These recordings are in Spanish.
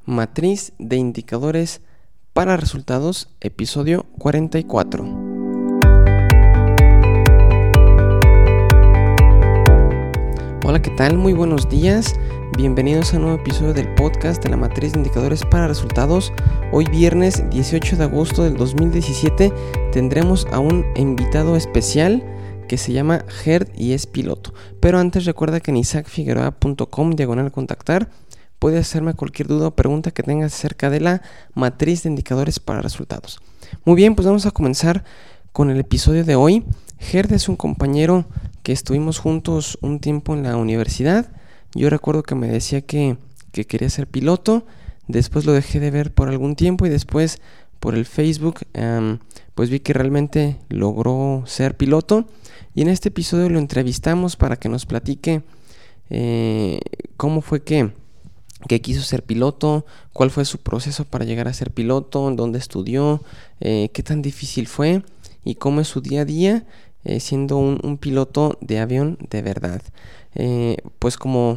Matriz de indicadores para resultados, episodio 44. Hola, ¿qué tal? Muy buenos días. Bienvenidos a un nuevo episodio del podcast de la Matriz de indicadores para resultados. Hoy viernes 18 de agosto del 2017 tendremos a un invitado especial que se llama Gerd y es piloto. Pero antes recuerda que en isaacfigueroa.com/contactar puedes hacerme cualquier duda o pregunta que tengas acerca de la matriz de indicadores para resultados. Muy bien, pues vamos a comenzar con el episodio de hoy. Gerd es un compañero que estuvimos juntos un tiempo en la universidad. Yo recuerdo que me decía que quería ser piloto. Después lo dejé de ver por algún tiempo y después por el Facebook pues vi que realmente logró ser piloto. Y en este episodio lo entrevistamos para que nos platique cómo fue que quiso ser piloto, cuál fue su proceso para llegar a ser piloto, dónde estudió, qué tan difícil fue y cómo es su día a día siendo un piloto de avión de verdad. Pues como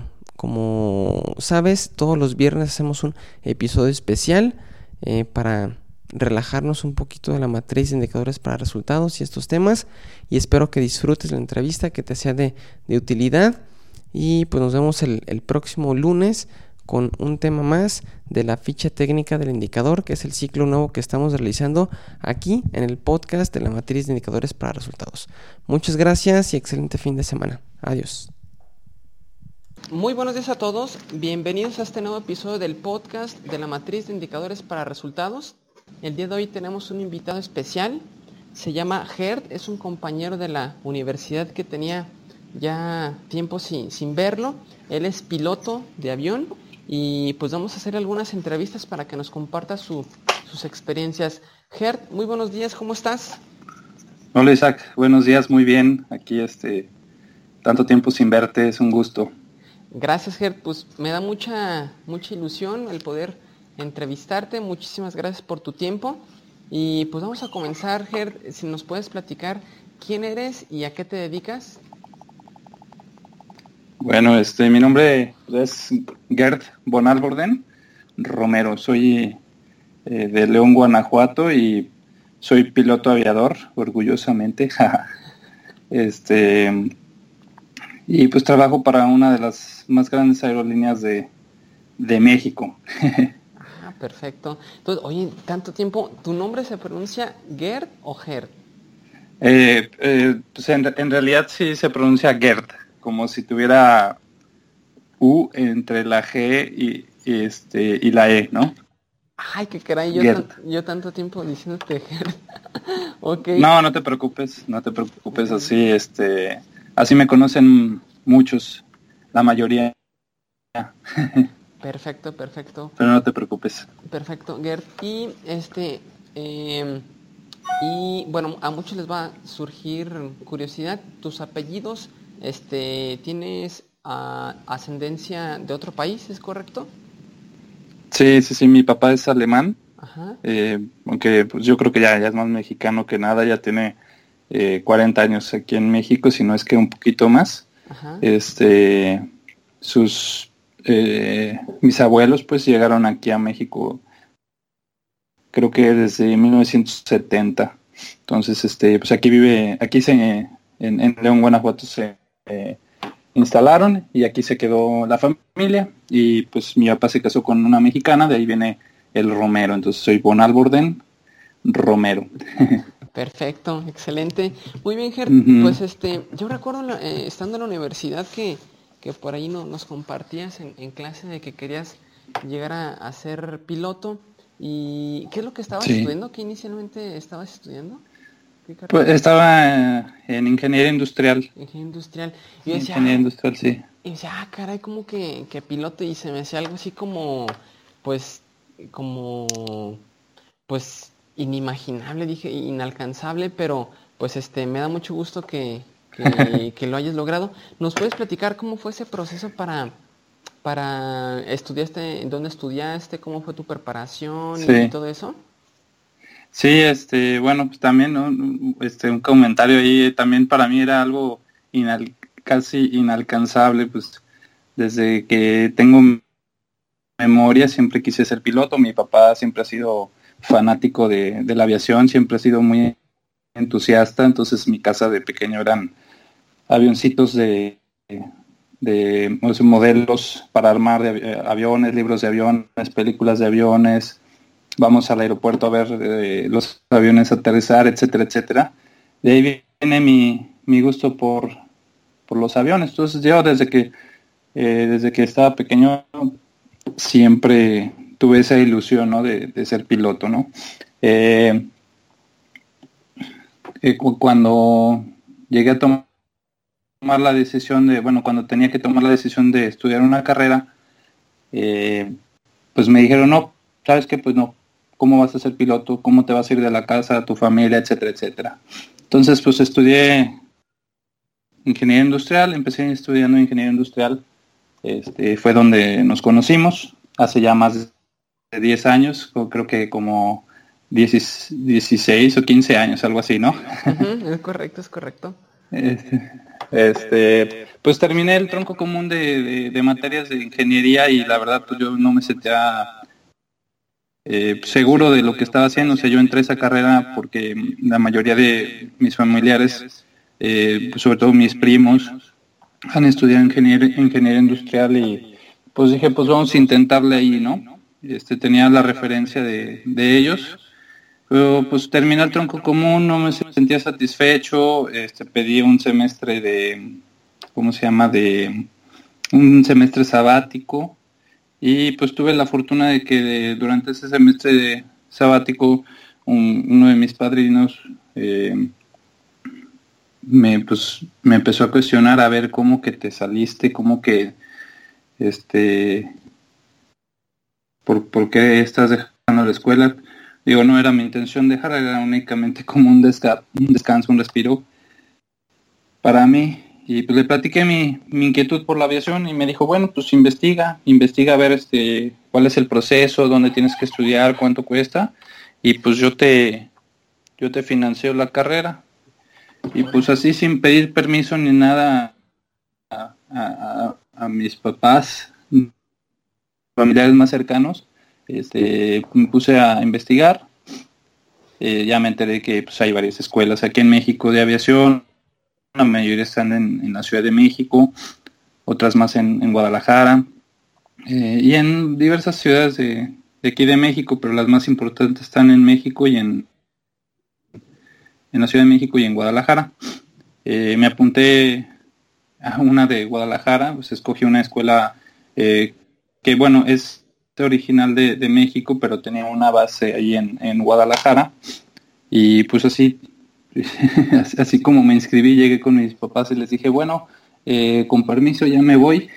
sabes, todos los viernes hacemos un episodio especial para relajarnos un poquito de la matriz de indicadores para resultados y estos temas, y espero que disfrutes la entrevista, que te sea de utilidad, y pues nos vemos el próximo lunes con un tema más de la ficha técnica del indicador, que es el ciclo nuevo que estamos realizando aquí en el podcast de la matriz de indicadores para resultados. Muchas gracias y excelente fin de semana. Adiós. Muy buenos días a todos. Bienvenidos a este nuevo episodio del podcast de la matriz de indicadores para resultados. El día de hoy tenemos un invitado especial. Se llama Gerd, es un compañero de la universidad que tenía ya tiempo sin verlo. Él es piloto de avión. Y pues vamos a hacer algunas entrevistas para que nos comparta sus experiencias. Gerd, muy buenos días, ¿cómo estás? Hola Isaac, buenos días, muy bien. Aquí tanto tiempo sin verte, es un gusto. Gracias Gerd, pues me da mucha ilusión el poder entrevistarte. Muchísimas gracias por tu tiempo. Y pues vamos a comenzar, Gerd, si nos puedes platicar quién eres y a qué te dedicas. Bueno, mi nombre es Gerd von Alborden Romero. Soy de León, Guanajuato, y soy piloto aviador, orgullosamente. Y pues trabajo para una de las más grandes aerolíneas de México. Perfecto. Entonces, oye, tanto tiempo, ¿tu nombre se pronuncia Gerd o Gerd? Pues en realidad sí se pronuncia Gerd, como si tuviera U entre la G y la E, ¿no? Ay, qué caray, yo tanto tiempo diciéndote Gerd. Okay. No te preocupes, así, así me conocen muchos, la mayoría. Perfecto. Pero no te preocupes. Perfecto, Gerd. Y y bueno, a muchos les va a surgir curiosidad. ¿Tus apellidos, tienes ascendencia de otro país, es correcto? Sí, mi papá es alemán. Ajá. Aunque pues yo creo que ya es más mexicano que nada, ya tiene 40 años aquí en México, si no es que un poquito más. Ajá. Mis abuelos pues llegaron aquí a México, creo que desde 1970. Entonces, pues aquí en León, Guanajuato se instalaron y aquí se quedó la familia, y pues mi papá se casó con una mexicana, de ahí viene el Romero, entonces soy von Alborden Romero. Perfecto, excelente. Muy bien, Gerd. Uh-huh. Pues yo recuerdo estando en la universidad que por ahí nos compartías en clase de que querías llegar a ser piloto. ¿Y qué es lo que estabas estudiando? ¿Qué inicialmente estabas estudiando? Pues estaba en ingeniería industrial. Ingeniería industrial. Y decía, ingeniería industrial, sí. Y decía, caray, como que piloto, y se me hacía algo así como inimaginable, dije, inalcanzable, pero pues me da mucho gusto que lo hayas logrado. ¿Nos puedes platicar cómo fue ese proceso para estudiaste, dónde estudiaste, cómo fue tu preparación y todo eso? Sí, bueno, pues también, ¿no? Un comentario ahí, también para mí era algo casi inalcanzable, pues desde que tengo memoria siempre quise ser piloto. Mi papá siempre ha sido fanático de la aviación, siempre ha sido muy entusiasta, entonces mi casa de pequeño eran avioncitos de modelos para armar de aviones, libros de aviones, películas de aviones, vamos al aeropuerto a ver los aviones aterrizar, etcétera, etcétera. De ahí viene mi gusto por los aviones. Entonces yo desde que estaba pequeño siempre tuve esa ilusión, ¿no? de ser piloto, ¿no? Cuando llegué a tomar la decisión cuando tenía que tomar la decisión de estudiar una carrera, pues me dijeron, no, ¿sabes qué? Pues no, ¿cómo vas a ser piloto? ¿Cómo te vas a ir de la casa, tu familia, etcétera, etcétera? Entonces, pues estudié ingeniería industrial, empecé estudiando ingeniería industrial, fue donde nos conocimos, hace ya más de 10 años, creo que como 16 o 15 años, algo así, ¿no? Es correcto, es correcto. Pues terminé el tronco común de materias de ingeniería y la verdad pues yo no me sentía seguro de lo que estaba haciendo. O sea, yo entré a esa carrera porque la mayoría de mis familiares, pues sobre todo mis primos, han estudiado ingeniería industrial y pues dije, pues vamos a intentarle ahí, ¿no? Tenía la referencia de ellos. Pero pues terminé el tronco común, no me sentía satisfecho, pedí un semestre de un semestre sabático y pues tuve la fortuna de que durante ese semestre sabático uno de mis padrinos me empezó a cuestionar a ver cómo que te saliste, cómo que ¿por qué estás dejando la escuela? Digo, no era mi intención dejar, era únicamente como un descanso, un respiro para mí. Y pues le platiqué mi inquietud por la aviación y me dijo, bueno, pues investiga a ver cuál es el proceso, dónde tienes que estudiar, cuánto cuesta, y pues yo te financio la carrera. Y pues así sin pedir permiso ni nada a mis papás, familiares más cercanos, me puse a investigar. Ya me enteré que pues, hay varias escuelas aquí en México de aviación, la mayoría están en la Ciudad de México, otras más en Guadalajara y en diversas ciudades de aquí de México, pero las más importantes están en México y en la Ciudad de México y en Guadalajara. Me apunté a una de Guadalajara, pues escogí una escuela que bueno, es original de México, pero tenía una base ahí en Guadalajara, y pues así así como me inscribí, llegué con mis papás y les dije, bueno, con permiso ya me voy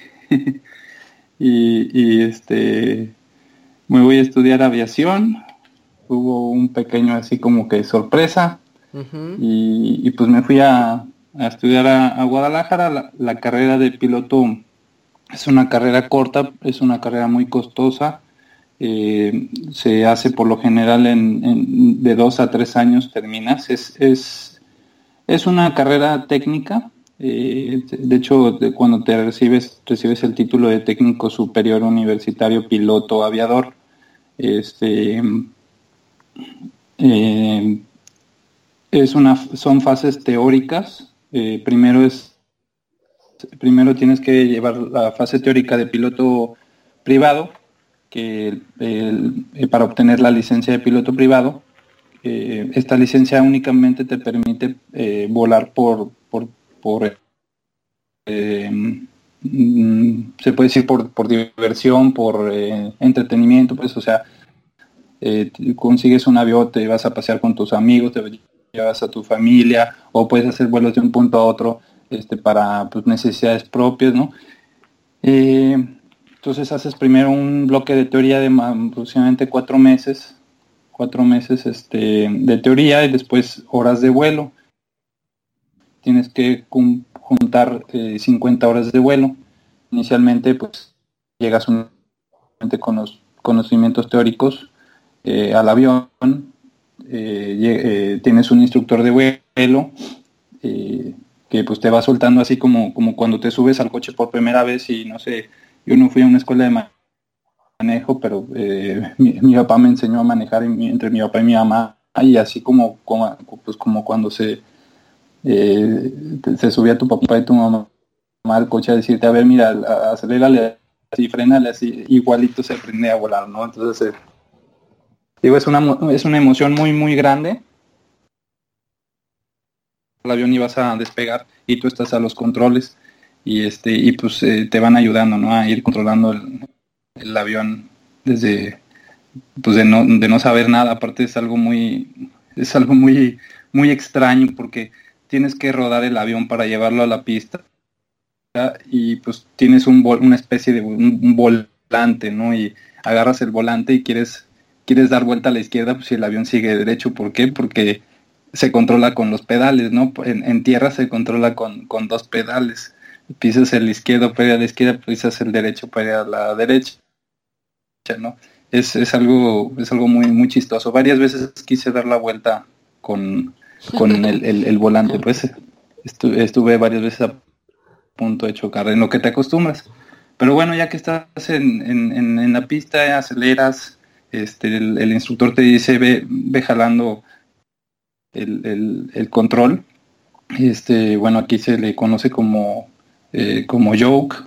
y me voy a estudiar aviación. Hubo un pequeño así como que sorpresa. Uh-huh. y pues me fui a estudiar a Guadalajara. La carrera de piloto es una carrera corta, es una carrera muy costosa. Se hace por lo general de 2 a 3 años terminas. Es una carrera técnica. De hecho, cuando te recibes el título de técnico superior universitario piloto aviador, son fases teóricas. Primero tienes que llevar la fase teórica de piloto privado, que para obtener la licencia de piloto privado, esta licencia únicamente te permite volar por se puede decir por diversión, por entretenimiento, pues, o sea, consigues un avión, te vas a pasear con tus amigos, te llevas a tu familia, o puedes hacer vuelos de un punto a otro para pues, necesidades propias, ¿no? Entonces haces primero un bloque de teoría de aproximadamente 4 meses de teoría, y después horas de vuelo. Tienes que juntar 50 horas de vuelo. Inicialmente pues llegas con los conocimientos teóricos al avión, tienes un instructor de vuelo que pues te va soltando así como cuando te subes al coche por primera vez y no sé, yo no fui a una escuela de manejo, pero mi papá me enseñó a manejar entre mi papá y mi mamá, y así pues como cuando se subía tu papá y tu mamá al coche a decirte, a ver, mira, acelérale así, frénale así, igualito se aprende a volar, ¿no? Entonces, digo, es una emoción muy, muy grande. El avión ibas a despegar y tú estás a los controles y pues te van ayudando, ¿no? A ir controlando el avión desde, pues de no saber nada. Aparte es algo muy, muy extraño porque tienes que rodar el avión para llevarlo a la pista y pues tienes una especie de un volante, ¿no? Y agarras el volante y quieres dar vuelta a la izquierda, pues si el avión sigue derecho. ¿Por qué? Porque se controla con los pedales, ¿no? En tierra se controla con dos pedales. Pisas el izquierdo para ir a la izquierda, pisas el derecho para ir a la derecha, ¿no? Es algo muy, muy chistoso. Varias veces quise dar la vuelta con el volante, pues estuve varias veces a punto de chocar, en lo que te acostumbras. Pero bueno, ya que estás en la pista, aceleras, el instructor te dice, ve jalando el control. Bueno, aquí se le conoce como yoke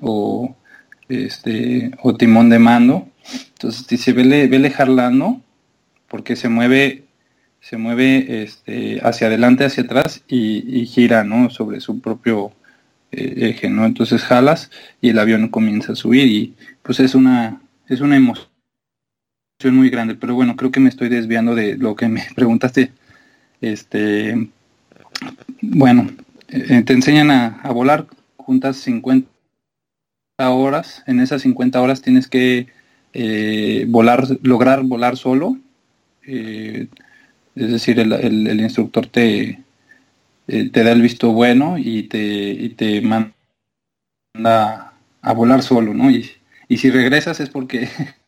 o timón de mando. Entonces dice, vele jalando, porque se mueve hacia adelante, hacia atrás y gira, ¿no? Sobre su propio eje, ¿no? Entonces jalas y el avión comienza a subir y pues es una emoción muy grande. Pero bueno, creo que me estoy desviando de lo que me preguntaste. Bueno, te enseñan a volar, juntas 50 horas. En esas 50 horas tienes que lograr volar solo. Es decir, el instructor te da el visto bueno y te manda a volar solo, ¿no? Y si regresas es porque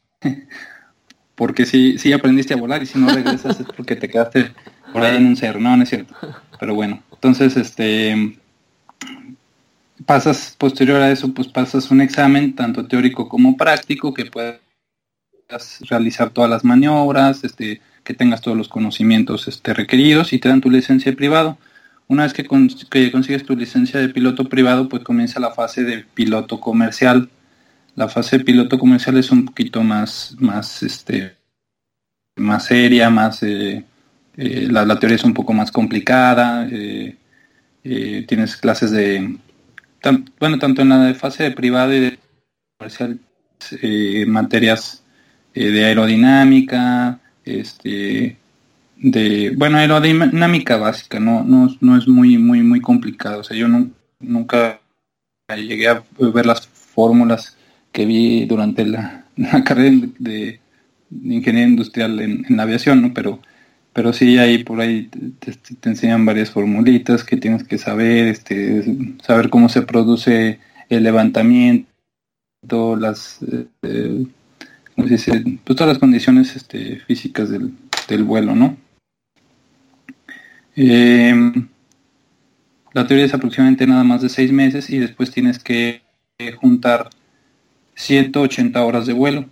sí aprendiste a volar, y si no regresas es porque te quedaste por ahí en un cerro. No es cierto. Pero bueno, entonces posterior a eso, pues pasas un examen tanto teórico como práctico, que puedas realizar todas las maniobras, que tengas todos los conocimientos requeridos, y te dan tu licencia de privado. Una vez que consigues tu licencia de piloto privado, pues comienza la fase de piloto comercial. La fase de piloto comercial es un poquito más seria, la teoría es un poco más complicada. Tienes clases tanto en la fase de privado y de comercial, materias de aerodinámica, aerodinámica básica. No es muy, muy, muy complicado. O sea, yo nunca llegué a ver las fórmulas que vi durante la carrera de ingeniería industrial en la aviación, ¿no? Pero sí, por ahí te enseñan varias formulitas que tienes que saber, saber cómo se produce el levantamiento, ¿cómo se dice? Pues todas las condiciones físicas del vuelo, ¿no? La teoría es aproximadamente nada más de 6 meses, y después tienes que juntar 180 horas de vuelo.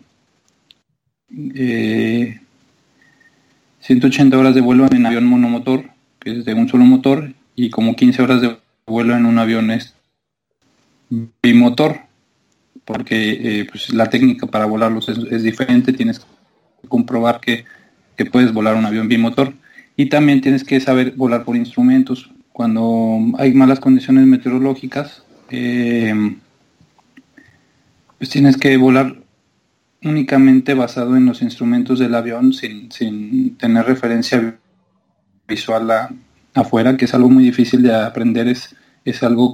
180 horas de vuelo en avión monomotor, que es de un solo motor, y como 15 horas de vuelo en un avión bimotor, porque pues la técnica para volarlos es diferente. Tienes que comprobar que puedes volar un avión bimotor, y también tienes que saber volar por instrumentos. Cuando hay malas condiciones meteorológicas, pues tienes que volar únicamente basado en los instrumentos del avión, sin tener referencia visual afuera, que es algo muy difícil de aprender. Es algo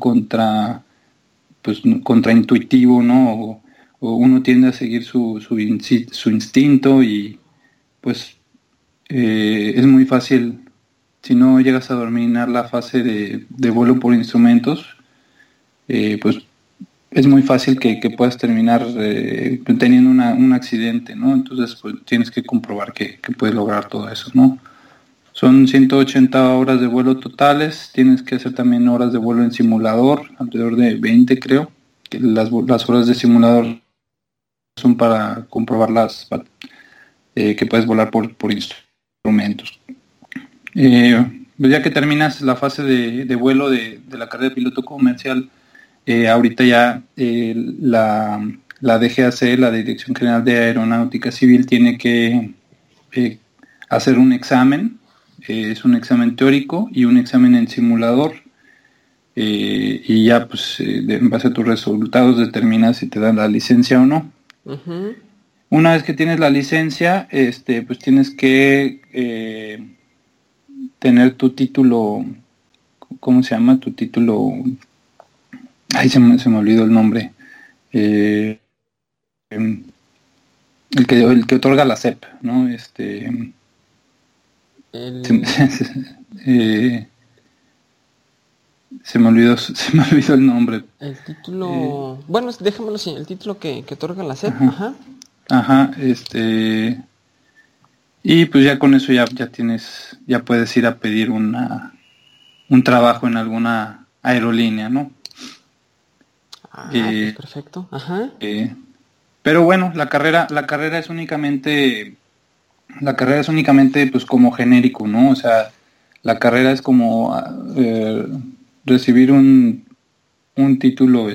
contraintuitivo, ¿no? O uno tiende a seguir su instinto, y pues es muy fácil, si no llegas a dominar la fase de vuelo por instrumentos, pues es muy fácil que puedas terminar teniendo un accidente, ¿no? Entonces pues tienes que comprobar que puedes lograr todo eso, ¿no? Son 180 horas de vuelo totales. Tienes que hacer también horas de vuelo en simulador, alrededor de 20, creo. Que las horas de simulador son para comprobar que puedes volar por instrumentos. Pues ya que terminas la fase de vuelo de la carrera de piloto comercial, ahorita ya la DGAC, la Dirección General de Aeronáutica Civil, tiene que hacer un examen. Es un examen teórico y un examen en simulador. Y ya pues en base a tus resultados determinas si te dan la licencia o no. Ujú. Una vez que tienes la licencia, pues tienes que tener tu título. ¿Cómo se llama? Tu título. Ay, se me olvidó el nombre. El que otorga la SEP, ¿no? Se me olvidó el nombre. El título... bueno, déjamelo así, el título que otorga la SEP. Ajá. Ajá, y pues ya con eso ya puedes ir a pedir un trabajo en alguna aerolínea, ¿no? Pues perfecto. Ajá. Pero bueno, la carrera es únicamente pues como genérico, ¿no? O sea, la carrera es como recibir un título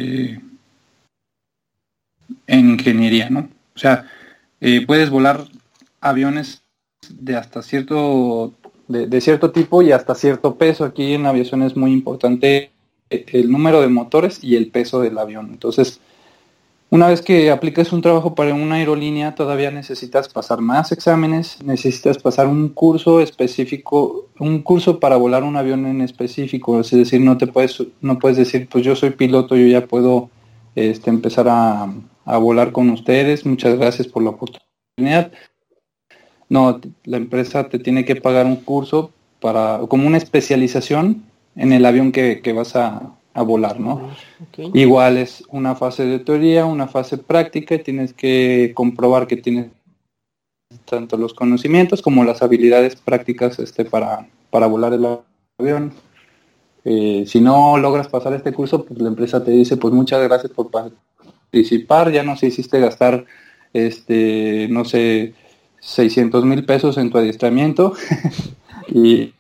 en ingeniería, ¿no? O sea, puedes volar aviones de hasta cierto tipo y hasta cierto peso. Aquí en aviación es muy importante el número de motores y el peso del avión. Entonces, una vez que apliques un trabajo para una aerolínea, todavía necesitas pasar más exámenes, necesitas pasar un curso específico, un curso para volar un avión en específico. Es decir, no puedes decir, pues yo soy piloto, yo ya puedo empezar a volar con ustedes, muchas gracias por la oportunidad. No, la empresa te tiene que pagar un curso como una especialización en el avión que vas a volar, ¿no? Okay. Igual es una fase de teoría, una fase práctica, y tienes que comprobar que tienes tanto los conocimientos como las habilidades prácticas para volar el avión. Si no logras pasar este curso, pues la empresa te dice, pues muchas gracias por participar, ya nos hiciste gastar, no sé, 600,000 pesos en tu adiestramiento y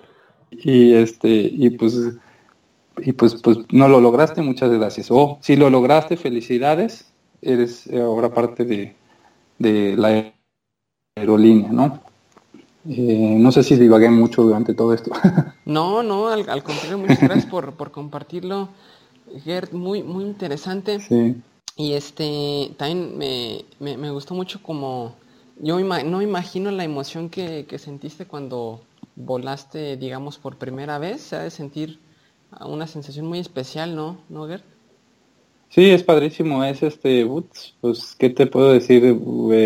pues no lo lograste, muchas gracias. O si lo lograste, felicidades, eres ahora parte de la aerolínea, ¿no? No sé si divagué mucho durante todo esto. No, al contrario, muchas gracias por compartirlo, Gert, muy, muy interesante. Sí. Y también me gustó mucho como... yo no me imagino la emoción que sentiste cuando volaste, digamos, por primera vez. Se ha de sentir una sensación muy especial, ¿no, Gert? Sí, es padrísimo, es pues, ¿qué te puedo decir?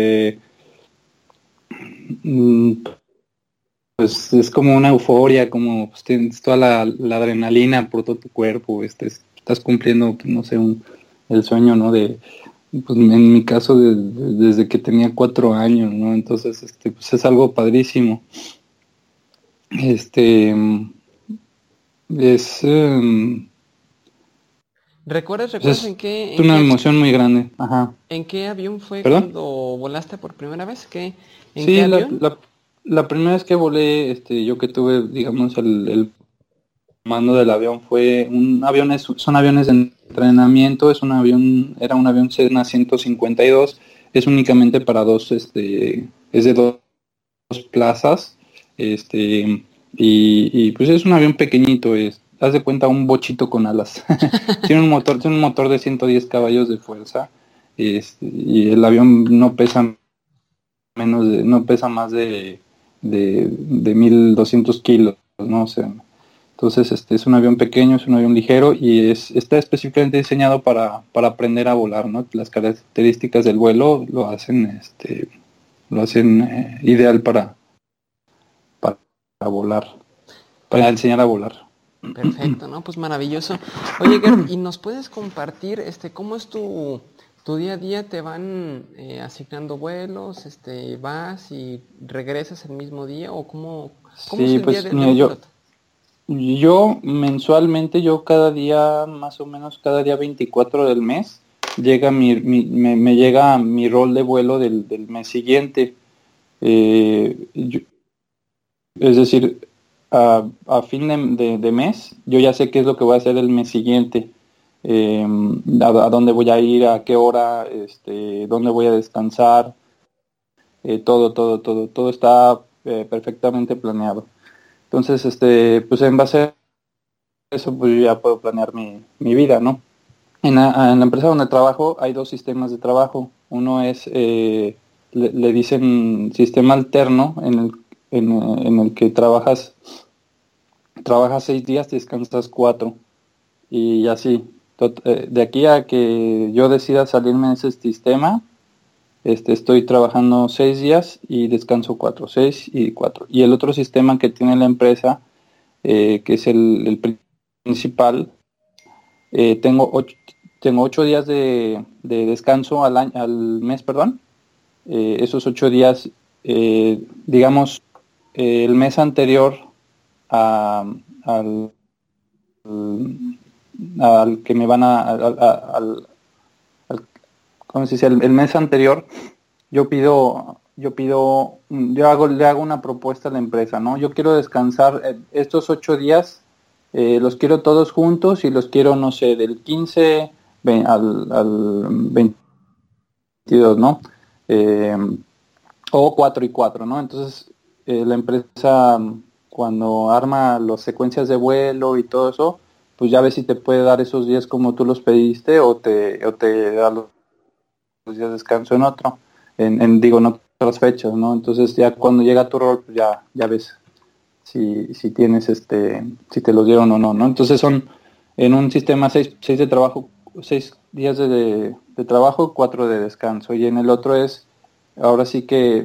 Pues es como una euforia, como pues, tienes toda la adrenalina por todo tu cuerpo, estás cumpliendo, no sé, el sueño, ¿no? Pues en mi caso, desde que tenía 4 años, ¿no? Entonces, pues es algo padrísimo. Es ¿Recuerdas en qué... es una emoción muy grande. Ajá. ¿En qué avión fue ¿Perdón? cuando volaste por primera vez? ¿En Sí, qué avión? la primera vez que volé, yo que tuve, digamos, el mando del avión fue son aviones de entrenamiento, era un avión Cessna 152, es únicamente para es de dos plazas, y pues es un avión pequeñito, haz de cuenta un bochito con alas. tiene un motor de 110 caballos de fuerza, y el avión no pesa más de 1,200 kilos, ¿no? O sea, entonces es un avión pequeño, es un avión ligero y está específicamente diseñado para aprender a volar, ¿no? Las características del vuelo lo hacen ideal para volar, para enseñar a volar. Perfecto, ¿no? Pues maravilloso. Oye, Gert, ¿y nos puedes compartir cómo es tu día a día? ¿Te van asignando vuelos? ¿Vas y regresas el mismo día? ¿O cómo es el pues, día de un piloto? Yo mensualmente, cada día, más o menos cada día 24 del mes, me llega mi rol de vuelo del mes siguiente. Es decir, a fin de mes, yo ya sé qué es lo que voy a hacer el mes siguiente, a dónde voy a ir, a qué hora, dónde voy a descansar, todo está perfectamente planeado. Entonces, pues en base a eso, pues yo ya puedo planear mi vida, ¿no? En la empresa donde trabajo hay dos sistemas de trabajo. Uno es, le dicen sistema alterno, en el que trabajas 6 días, descansas 4 y así. De aquí a que yo decida salirme de ese sistema, estoy trabajando 6 días y descanso 4, 6 y 4. Y el otro sistema que tiene la empresa, que es el principal, tengo 8 días de descanso al mes, perdón. Esos 8 días, digamos, el mes anterior a, al, al que me van al ¿cómo se dice? El mes anterior, le hago una propuesta a la empresa, ¿no? Yo quiero descansar estos 8 días, los quiero todos juntos y los quiero, no sé, del 15 al 22, ¿no? Eh, o 4 y 4, ¿no? Entonces, la empresa, cuando arma las secuencias de vuelo y todo eso, pues ya ve si te puede dar esos días como tú los pediste o te da los días de descanso en otro, digo, en otras fechas, ¿no? Entonces ya cuando llega tu rol, pues ya ves si tienes si te los dieron o no, ¿no? Entonces son en un sistema 6 de trabajo, 6 días de trabajo, 4 de descanso, y en el otro es ahora sí que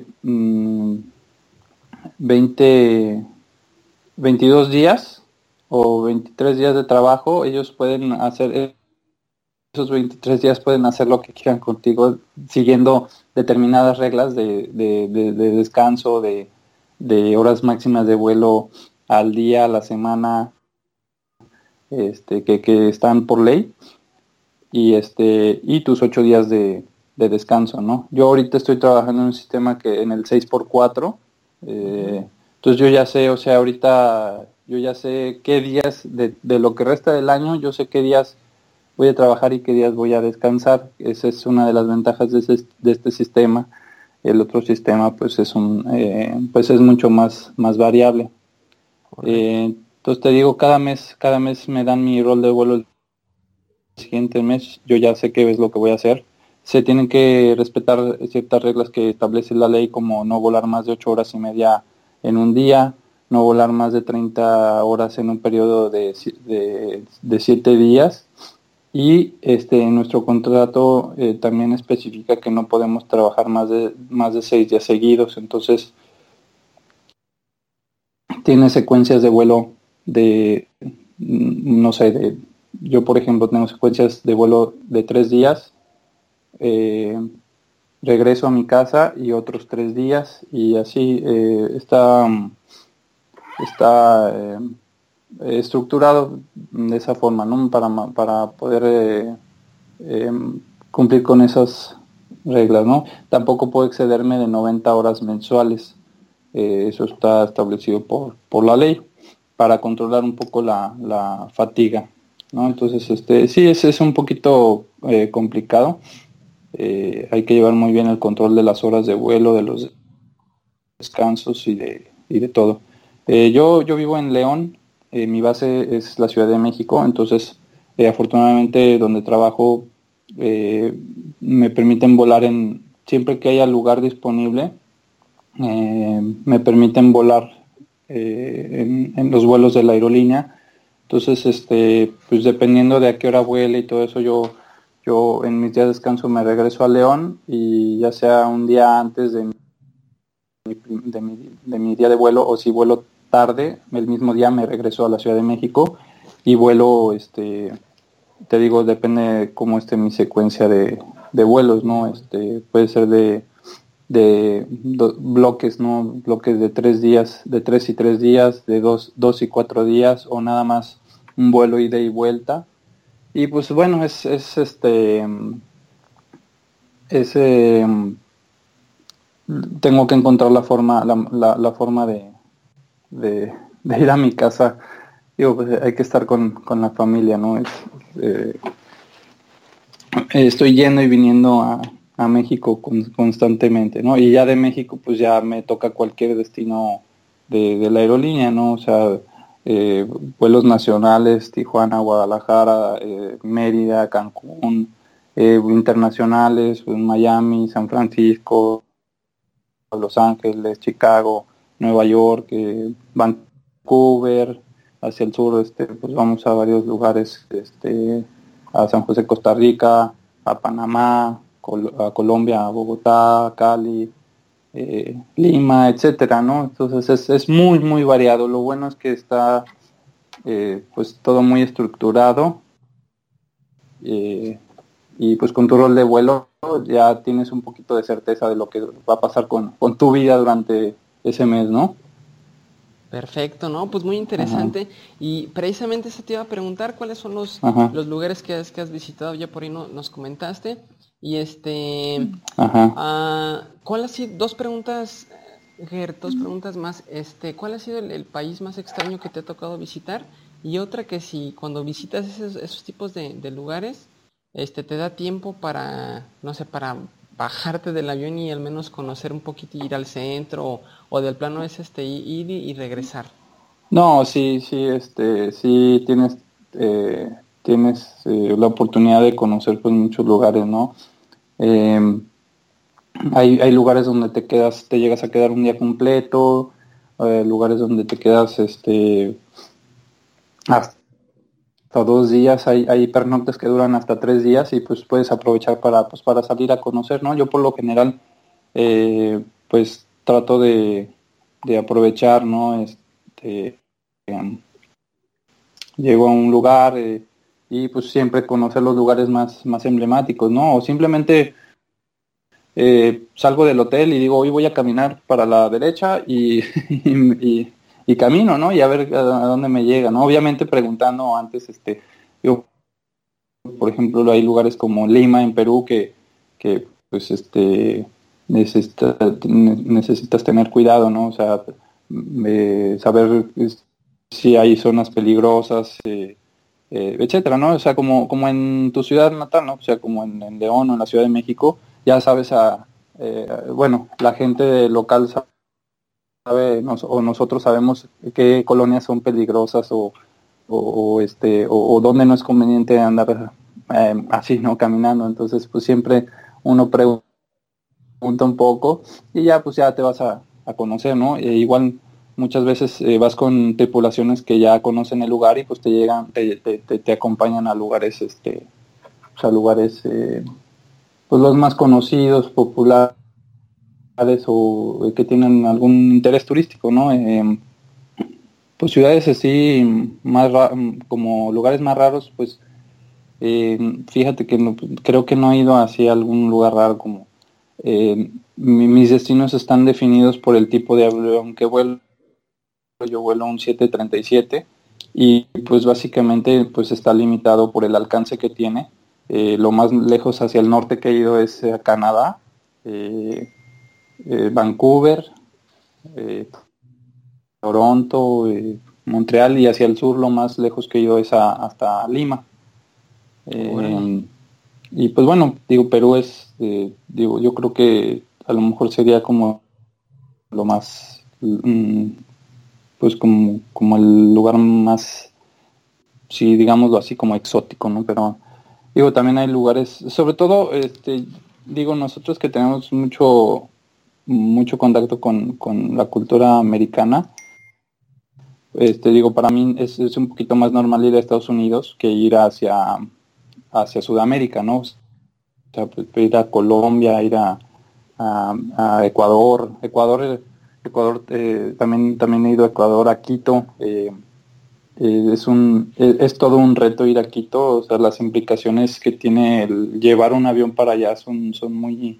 20, 22 días o 23 días de trabajo. Ellos pueden hacer esos 23 días, pueden hacer lo que quieran contigo, siguiendo determinadas reglas de descanso, de horas máximas de vuelo al día, a la semana, que están por ley, y tus 8 días de descanso, ¿no? Yo ahorita estoy trabajando en un sistema que en el 6x4, entonces yo ya sé, o sea, ahorita yo ya sé qué días de lo que resta del año, yo sé qué días voy a trabajar y qué días voy a descansar. Esa es una de las ventajas de este sistema. El otro sistema, pues pues es mucho más variable. Entonces te digo, cada mes me dan mi rol de vuelo. El siguiente mes yo ya sé qué es lo que voy a hacer. Se tienen que respetar ciertas reglas que establece la ley, como no volar más de 8 horas y media en un día, no volar más de 30 horas en un periodo de 7 días. Y en nuestro contrato también especifica que no podemos trabajar más de 6 días seguidos. Entonces tiene secuencias de vuelo no sé, yo por ejemplo tengo secuencias de vuelo de 3 días, regreso a mi casa y otros 3 días, y así está estructurado de esa forma, ¿no? Para poder cumplir con esas reglas, ¿no? Tampoco puedo excederme de 90 horas mensuales. Eso está establecido por la ley, para controlar un poco la fatiga, ¿no? Entonces, sí, es un poquito complicado. Hay que llevar muy bien el control de las horas de vuelo, de los descansos y de todo. Yo vivo en León. Mi base es la Ciudad de México, entonces afortunadamente donde trabajo me permiten volar siempre que haya lugar disponible, me permiten volar en los vuelos de la aerolínea. Entonces, pues dependiendo de a qué hora vuele y todo eso, yo en mis días de descanso me regreso a León, y ya sea un día antes de mi día de vuelo, o si vuelo tarde, el mismo día me regreso a la Ciudad de México y vuelo, te digo, depende cómo esté mi secuencia de vuelos, ¿no? Puede ser de bloques, ¿no? Bloques de 3 días, de 3 y 3 días, de 2 y 4 días, o nada más un vuelo ida y vuelta. Y pues bueno, ese tengo que encontrar la forma, la forma de ir a mi casa. Digo, pues hay que estar con la familia, ¿no? Eh, Estoy yendo y viniendo a México constantemente, ¿no? Y ya de México, pues ya me toca cualquier destino de la aerolínea, ¿no? O sea, eh, vuelos nacionales, Tijuana, Guadalajara, Mérida, Cancún, internacionales, pues, Miami, San Francisco, Los Ángeles, Chicago, Nueva York, Vancouver, hacia el sur, pues vamos a varios lugares, a San José, Costa Rica, a Panamá, a Colombia, a Bogotá, Cali, Lima, etcétera, ¿no? Entonces es muy, muy variado. Lo bueno es que está, pues todo muy estructurado, eh, y pues con tu rol de vuelo ya tienes un poquito de certeza de lo que va a pasar con tu vida durante ese mes, ¿no? Perfecto, ¿no? Pues muy Ajá, interesante. Y precisamente eso te iba a preguntar, ¿cuáles son ajá, los lugares que has visitado? Ya por ahí nos comentaste. Y ajá. ¿cuál ha sido, dos preguntas, Ger, dos preguntas más. ¿Cuál ha sido el país más extraño que te ha tocado visitar? Y otra que si cuando visitas esos tipos de lugares, te da tiempo para, no sé, para bajarte del avión y al menos conocer un poquito, ir al centro o del plano es ir y regresar. No, sí, sí, sí tienes la oportunidad de conocer pues muchos lugares, ¿no? Eh, hay lugares donde te llegas a quedar un día completo, lugares donde te quedas, hasta 2 días, hay pernoctes que duran hasta 3 días y pues puedes aprovechar pues para salir a conocer, ¿no? Yo por lo general, pues trato de aprovechar, ¿no? Em, Llego a un lugar, y pues siempre conocer los lugares más emblemáticos, ¿no? O simplemente salgo del hotel y digo, hoy voy a caminar para la derecha y camino, ¿no? Y a ver a dónde me llega, ¿no? Obviamente preguntando antes, yo, por ejemplo, hay lugares como Lima en Perú que pues, necesitas tener cuidado, ¿no? O sea, saber si hay zonas peligrosas, etcétera, ¿no? O sea, como en tu ciudad natal, ¿no? O sea, como en León o en la Ciudad de México, ya sabes bueno, la gente local sabe, o nosotros sabemos qué colonias son peligrosas o dónde no es conveniente andar así, ¿no? Caminando. Entonces, pues siempre uno pregunta un poco y ya pues ya te vas a conocer, ¿no? Igual muchas veces vas con tripulaciones que ya conocen el lugar y pues te llegan, te acompañan a lugares, pues a lugares, pues los más conocidos, populares o que tienen algún interés turístico, ¿no? Pues ciudades así como lugares más raros, pues fíjate que creo que no he ido así a algún lugar raro como mis destinos están definidos por el tipo de avión que vuelo. Yo vuelo un 737 y pues básicamente pues está limitado por el alcance que tiene. Lo más lejos hacia el norte que he ido es a Canadá, eh, Vancouver, eh, Toronto, Montreal, y hacia el sur lo más lejos que he ido es hasta Lima. Órale. Eh, y pues bueno, digo, Perú digo, yo creo que a lo mejor sería como lo más, pues como el lugar más, sí, digámoslo así, como exótico, ¿no? Pero digo, también hay lugares, sobre todo, digo, nosotros que tenemos mucho contacto con la cultura americana, digo, para mí es un poquito más normal ir a Estados Unidos que ir hacia Sudamérica, ¿no? O sea, pues, ir a Colombia, ir a Ecuador. Ecuador, también he ido a Ecuador, a Quito. Es todo un reto ir a Quito. O sea, las implicaciones que tiene el llevar un avión para allá son muy,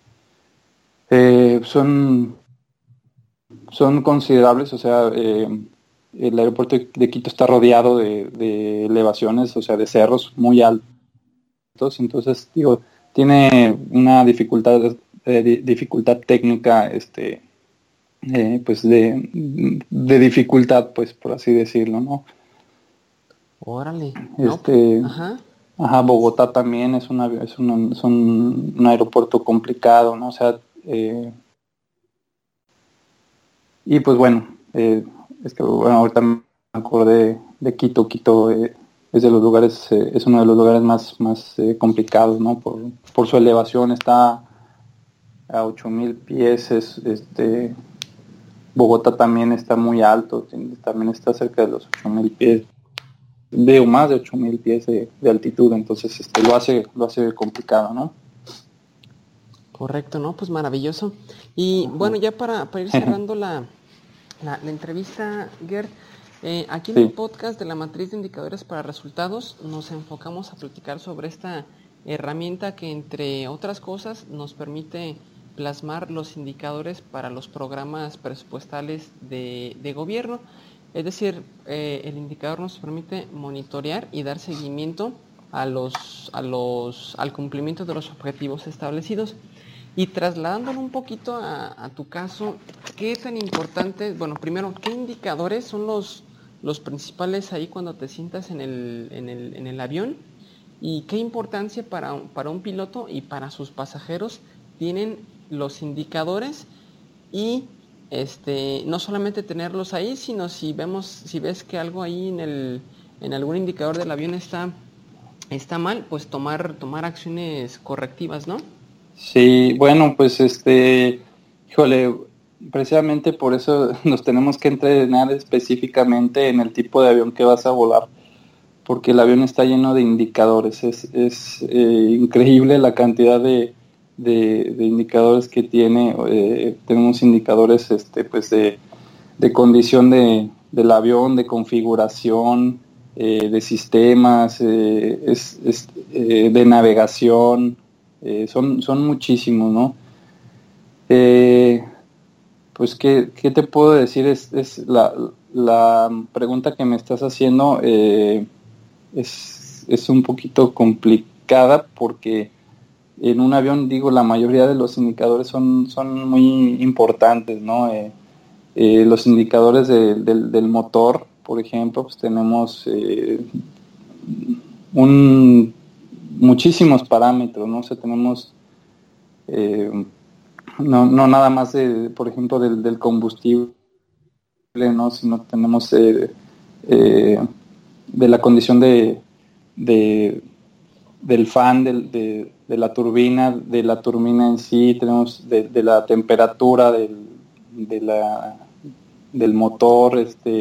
eh, son, son considerables. O sea, el aeropuerto de Quito está rodeado de elevaciones, o sea, de cerros muy altos. Entonces, digo, tiene una dificultad técnica, pues de dificultad, pues por así decirlo, ¿no? Órale. No, ajá. Ajá, Bogotá también es un aeropuerto complicado, ¿no? O sea, y pues bueno, es que bueno, ahorita me acordé de Quito. Quito es de los lugares, es uno de los lugares más complicados, ¿no? Por su elevación, está a 8,000 pies, Bogotá también está muy alto, también está cerca de los 8,000 pies, veo más de 8,000 pies de altitud, entonces lo hace complicado, ¿no? Correcto, ¿no? Pues maravilloso. Y bueno, ya para ir cerrando la entrevista, Gerd, aquí en el podcast de la matriz de indicadores para resultados nos enfocamos a platicar sobre esta herramienta que, entre otras cosas, nos permite plasmar los indicadores para los programas presupuestales de gobierno. Es decir, el indicador nos permite monitorear y dar seguimiento al cumplimiento de los objetivos establecidos. Y trasladándolo un poquito a tu caso, ¿qué tan importante, bueno, primero, qué indicadores son los principales ahí cuando te sientas en el avión? ¿Y qué importancia para un piloto y para sus pasajeros tienen los indicadores? Y no solamente tenerlos ahí, sino si ves que algo ahí en algún indicador del avión está mal, pues tomar acciones correctivas, ¿no? Sí, bueno, pues híjole, precisamente por eso nos tenemos que entrenar específicamente en el tipo de avión que vas a volar, porque el avión está lleno de indicadores, es increíble la cantidad de indicadores que tiene. Tenemos indicadores pues de condición del avión, de configuración, de sistemas, de navegación. Son muchísimos, ¿no? Pues, ¿qué te puedo decir? Es la pregunta que me estás haciendo es un poquito complicada, porque en un avión, digo, la mayoría de los indicadores son muy importantes, ¿no? Los indicadores del motor, por ejemplo, pues tenemos muchísimos parámetros, ¿no? O sea, tenemos no nada más por ejemplo, del combustible, ¿no? Sino tenemos de la condición del fan, de la turbina en sí, tenemos de la temperatura del motor,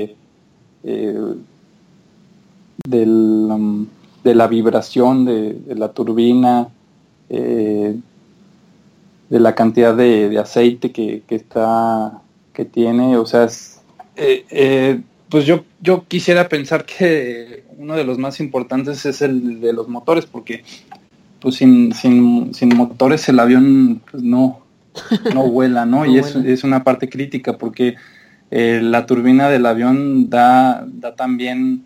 de la vibración de la turbina, de la cantidad de aceite que tiene. O sea, pues yo quisiera pensar que uno de los más importantes es el de los motores, porque pues sin motores el avión pues no vuela, ¿no? Y es una parte crítica, porque la turbina del avión da también,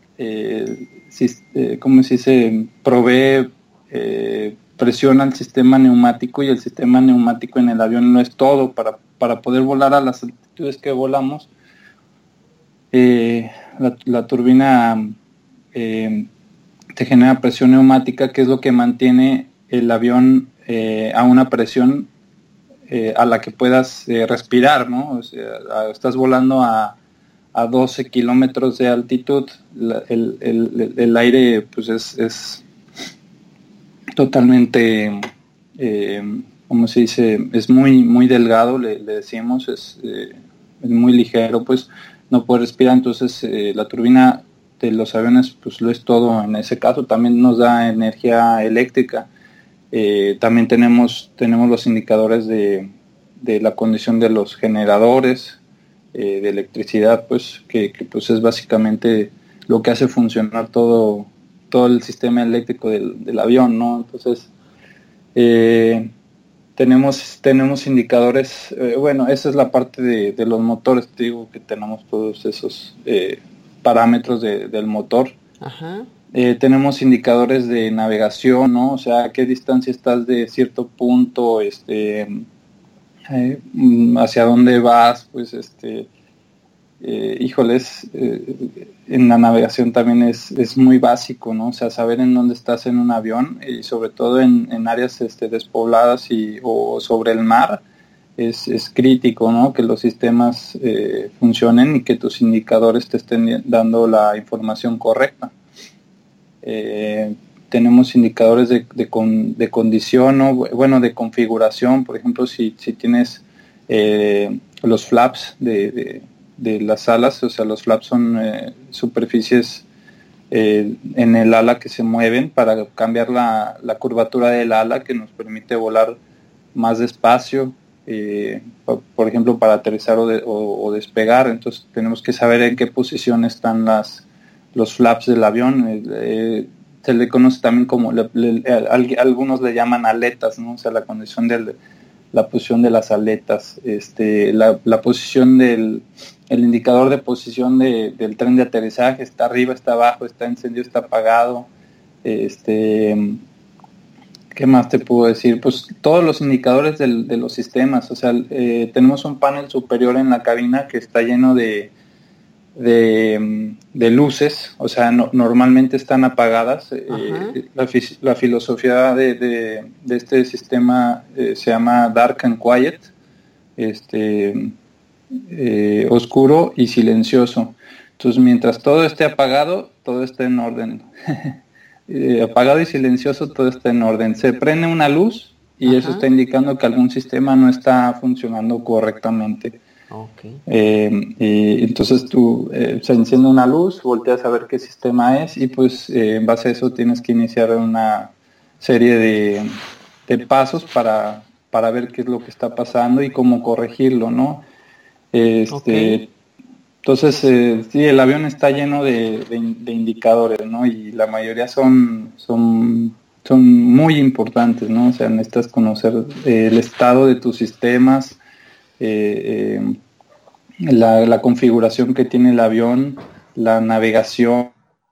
¿cómo se dice? Provee presión al sistema neumático, y el sistema neumático en el avión no es todo para poder volar a las altitudes que volamos. La turbina te genera presión neumática, que es lo que mantiene el avión a una presión a la que puedas respirar, ¿no? O sea, estás volando a 12 kilómetros de altitud, el aire pues es totalmente, ¿cómo se dice? Es muy delgado, le decimos, es muy ligero, pues no puede respirar. Entonces la turbina de los aviones pues lo es todo en ese caso. También nos da energía eléctrica. También tenemos los indicadores de la condición de los generadores de electricidad, pues que pues es básicamente lo que hace funcionar todo el sistema eléctrico del avión, ¿no? Entonces tenemos indicadores. Bueno, esa es la parte de los motores. Te digo que tenemos todos esos parámetros del motor. Ajá. Tenemos indicadores de navegación, ¿no? O sea, a qué distancia estás de cierto punto, hacia dónde vas, pues, híjoles, en la navegación también es muy básico, ¿no? O sea, saber en dónde estás en un avión y sobre todo en áreas despobladas o sobre el mar es crítico, ¿no? Que los sistemas funcionen y que tus indicadores te estén dando la información correcta. Tenemos indicadores de condición, ¿no? Bueno, de configuración, por ejemplo, si tienes los flaps de las alas, o sea, los flaps son superficies en el ala que se mueven para cambiar la curvatura del ala, que nos permite volar más despacio, por ejemplo, para aterrizar o despegar. Entonces tenemos que saber en qué posición están los flaps del avión. Se le conoce también como, algunos le llaman aletas, ¿no? O sea, la condición la posición de las aletas, la posición el indicador de posición del tren de aterrizaje, está arriba, está abajo, está encendido, está apagado, ¿qué más te puedo decir? Pues todos los indicadores de los sistemas, o sea, tenemos un panel superior en la cabina que está lleno de luces, o sea, normalmente están apagadas. La filosofía de este sistema se llama Dark and Quiet, oscuro y silencioso. Entonces, mientras todo esté apagado, todo está en orden. Apagado y silencioso, todo está en orden. Se prende una luz y eso está indicando que algún sistema no está funcionando correctamente. Okay. Entonces tú se enciende una luz, volteas a ver qué sistema es y pues en base a eso tienes que iniciar una serie de pasos para ver qué es lo que está pasando y cómo corregirlo, ¿no? Okay. Entonces sí, el avión está lleno de indicadores, ¿no? Y la mayoría son muy importantes, ¿no? O sea, necesitas conocer el estado de tus sistemas, la configuración que tiene el avión, la navegación,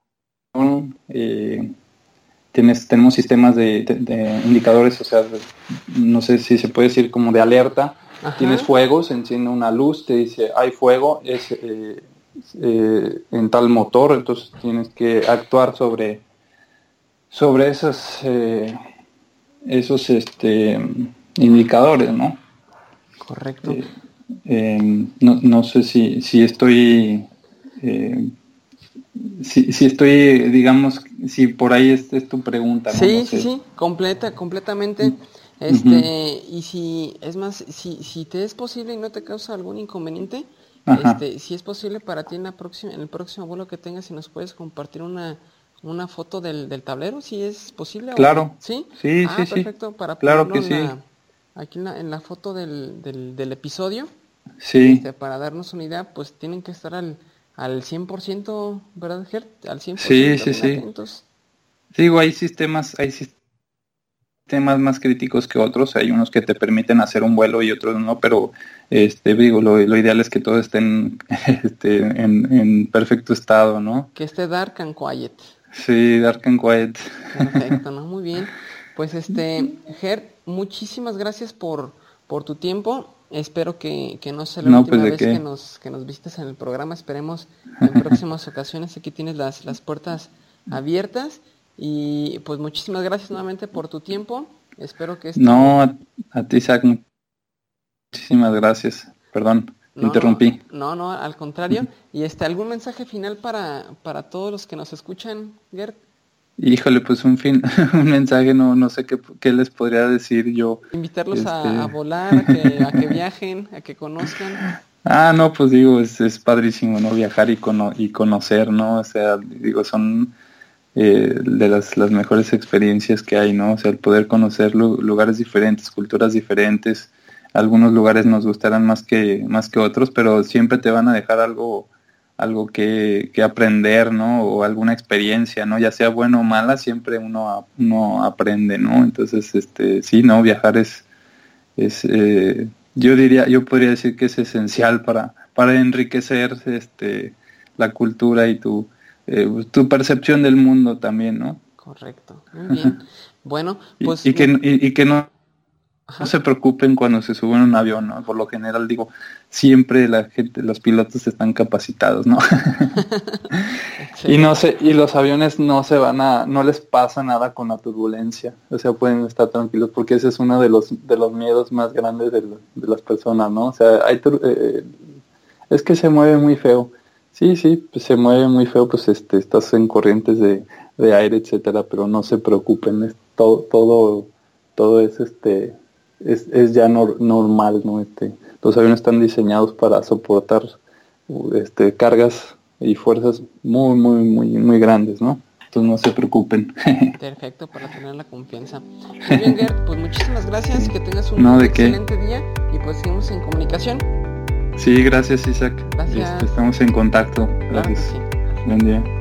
tenemos sistemas de indicadores, o sea, no sé si se puede decir como de alerta. Tienes fuego, se enciende una luz, te dice hay fuego, es en tal motor, entonces tienes que actuar sobre esos indicadores, ¿no? Correcto. No sé si estoy si estoy, digamos, si por ahí es tu pregunta, ¿no? Sí, No sé. sí, completamente. Y si, es más, si te es posible y no te causa algún inconveniente, si es posible para ti en el próximo vuelo que tengas, si nos puedes compartir una foto del tablero, si es posible. Claro. ¿Sí? Sí, Perfecto, para claro ponerlo que aquí en la foto del episodio. Sí. Para darnos una idea, pues tienen que estar al 100%, ¿verdad, Gert? Al 100% Sí. atentos. Digo, hay sistemas más críticos que otros, hay unos que te permiten hacer un vuelo y otros no, pero digo, lo ideal es que todo esté en perfecto estado, ¿no? Que esté dark and quiet. Sí, dark and quiet. Perfecto, ¿no? Muy bien. Pues Gert, muchísimas gracias por tu tiempo. Espero que no sea la última vez que nos visites en el programa. Esperemos en próximas ocasiones. Aquí tienes las puertas abiertas. Y pues muchísimas gracias nuevamente por tu tiempo. Espero que No, a ti, Isaac, muchísimas gracias. Perdón, te interrumpí. No, al contrario. Y ¿algún mensaje final para todos los que nos escuchan, Gert? Híjole, pues un mensaje, no sé qué les podría decir yo. Invitarlos a volar, a que viajen, a que conozcan. No, pues digo, es padrísimo, ¿no? Viajar y conocer, ¿no? O sea, digo, son de las mejores experiencias que hay, ¿no? O sea, el poder conocer lugares diferentes, culturas diferentes. Algunos lugares nos gustarán más que otros, pero siempre te van a dejar algo que aprender, ¿no? O alguna experiencia, ¿no? Ya sea buena o mala, siempre uno aprende, ¿no? Entonces, sí, ¿no? Viajar es yo podría decir que es esencial para enriquecer la cultura y tu tu percepción del mundo también, ¿no? Correcto, muy bien. Bueno, pues... Y que no se preocupen cuando se suben a un avión, ¿no? Por lo general digo, siempre los pilotos están capacitados, ¿no? Y y los aviones no les pasa nada con la turbulencia, o sea, pueden estar tranquilos porque ese es uno de los miedos más grandes de las personas, ¿no? O sea, es que se mueve muy feo. Sí, pues se mueve muy feo, pues estás en corrientes de aire, etcétera, pero no se preocupen, todo es ya normal, ¿no? Los aviones están diseñados para soportar cargas y fuerzas muy, muy, muy, muy grandes, ¿no? Entonces no se preocupen. Perfecto, para tener la confianza. Muy bien, Gert, pues muchísimas gracias, que tengas un excelente día y pues seguimos en comunicación. Sí, gracias, Isaac. Gracias. Estamos en contacto. Gracias. Claro que sí. Buen día.